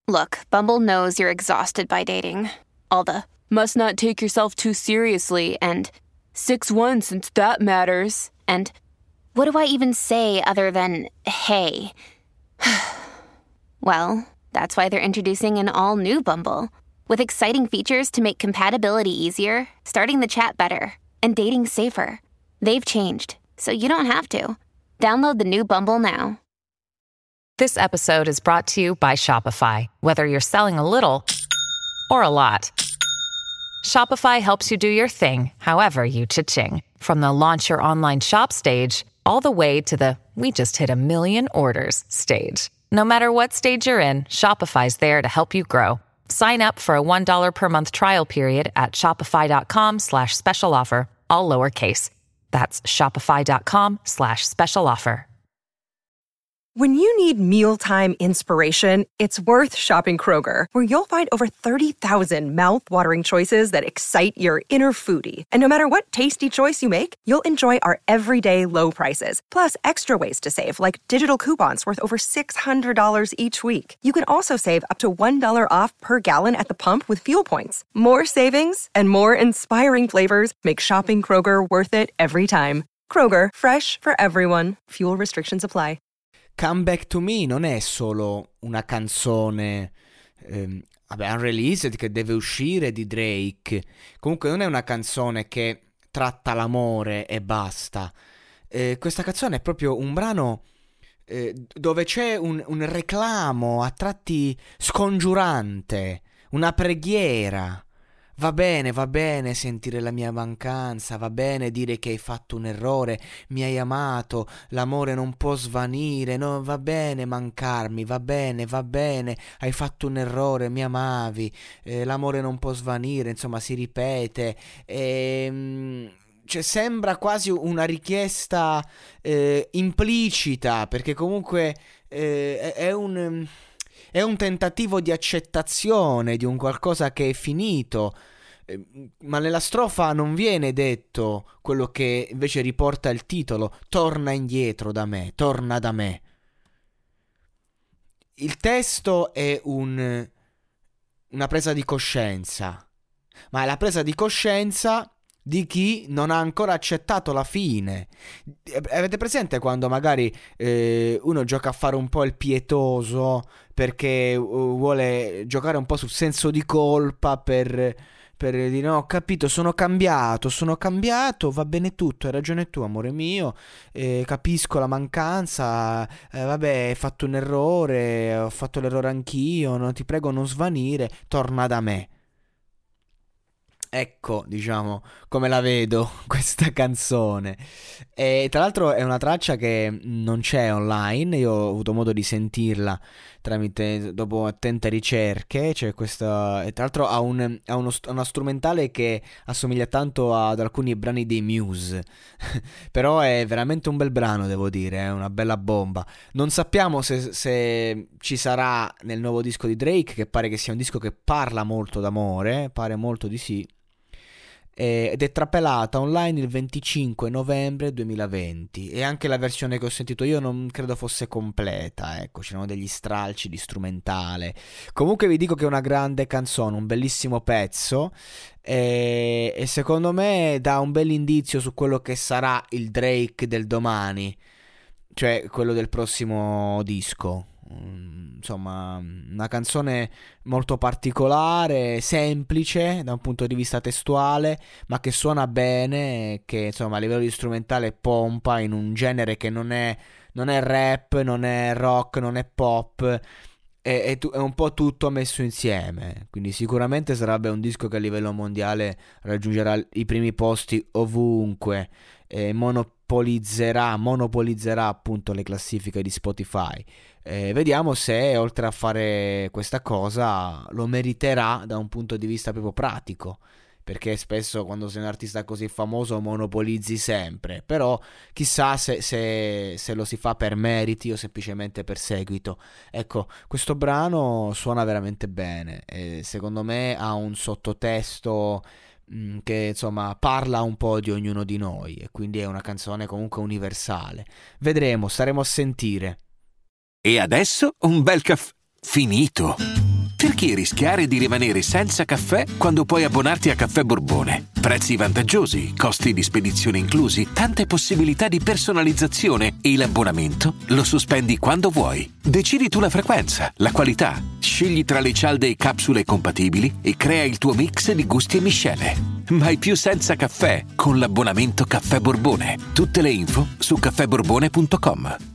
Look, Bumble knows you're exhausted by dating. All the must not take yourself too seriously and 6'1" since that matters. And what do I even say other than hey? Well, that's why they're introducing an all-new Bumble with exciting features to make compatibility easier, starting the chat better, and dating safer. They've changed, so you don't have to. Download the new Bumble now. This episode is brought to you by Shopify. Whether you're selling a little or a lot, Shopify helps you do your thing, however you cha-ching. From the launch your online shop stage, all the way to the we just hit 1 million orders stage. No matter what stage you're in, Shopify's there to help you grow. Sign up for a $1 per month trial period at shopify.com/special offer, all lowercase. That's shopify.com/special offer. When you need mealtime inspiration, it's worth shopping Kroger, where you'll find over 30,000 mouth-watering choices that excite your inner foodie. And no matter what tasty choice you make, you'll enjoy our everyday low prices, plus extra ways to save, like digital coupons worth over $600 each week. You can also save up to $1 off per gallon at the pump with fuel points. More savings and more inspiring flavors make shopping Kroger worth it every time. Kroger, fresh for everyone. Fuel restrictions apply. Come Back to Me non è solo una canzone unreleased che deve uscire di Drake. Comunque non è una canzone che tratta l'amore e basta. Questa canzone è proprio un brano dove c'è un reclamo a tratti scongiurante, una preghiera. Va bene sentire la mia mancanza, va bene dire che hai fatto un errore, mi hai amato, l'amore non può svanire, no, va bene mancarmi, va bene, hai fatto un errore, mi amavi, l'amore non può svanire, insomma si ripete, cioè sembra quasi una richiesta implicita, perché comunque è un tentativo di accettazione di un qualcosa che è finito, ma nella strofa non viene detto quello che invece riporta il titolo: torna indietro da me, torna da me. Il testo è una presa di coscienza, ma è la presa di coscienza di chi non ha ancora accettato la fine. Avete presente quando magari uno gioca a fare un po' il pietoso perché vuole giocare un po' sul senso di colpa per dire no, ho capito, sono cambiato, va bene tutto, hai ragione tu amore mio, capisco la mancanza, vabbè hai fatto un errore, ho fatto l'errore anch'io, no, ti prego non svanire, torna da me. Ecco, diciamo, come la vedo questa canzone. E tra l'altro è una traccia che non c'è online, io ho avuto modo di sentirla dopo attente ricerche. C'è questa, e tra l'altro ha una strumentale che assomiglia tanto ad alcuni brani dei Muse. Però è veramente un bel brano, devo dire, è una bella bomba. Non sappiamo se ci sarà nel nuovo disco di Drake, che pare che sia un disco che parla molto d'amore, pare molto di sì. Ed è trapelata online il 25 novembre 2020 e anche la versione che ho sentito io non credo fosse completa, ecco, c'erano degli stralci di strumentale. Comunque vi dico che è una grande canzone, un bellissimo pezzo e secondo me dà un bel indizio su quello che sarà il Drake del domani, cioè quello del prossimo disco. Insomma, una canzone molto particolare, semplice da un punto di vista testuale, ma che suona bene, che insomma a livello di strumentale pompa in un genere che non è rap, non è rock, non è pop, è un po' tutto messo insieme. Quindi sicuramente sarebbe un disco che a livello mondiale raggiungerà i primi posti ovunque, monopolizzerà appunto le classifiche di Spotify. Vediamo se oltre a fare questa cosa lo meriterà da un punto di vista proprio pratico, perché spesso quando sei un artista così famoso monopolizzi sempre, però chissà se lo si fa per meriti o semplicemente per seguito. Ecco, questo brano suona veramente bene e secondo me ha un sottotesto che insomma parla un po' di ognuno di noi e quindi è una canzone comunque universale. Vedremo, staremo a sentire. E adesso un bel caffè finito. Perché rischiare di rimanere senza caffè quando puoi abbonarti a Caffè Borbone? Prezzi vantaggiosi, costi di spedizione inclusi, tante possibilità di personalizzazione e l'abbonamento lo sospendi quando vuoi. Decidi tu la frequenza, la qualità, scegli tra le cialde e capsule compatibili e crea il tuo mix di gusti e miscele. Mai più senza caffè con l'abbonamento Caffè Borbone. Tutte le info su caffèborbone.com.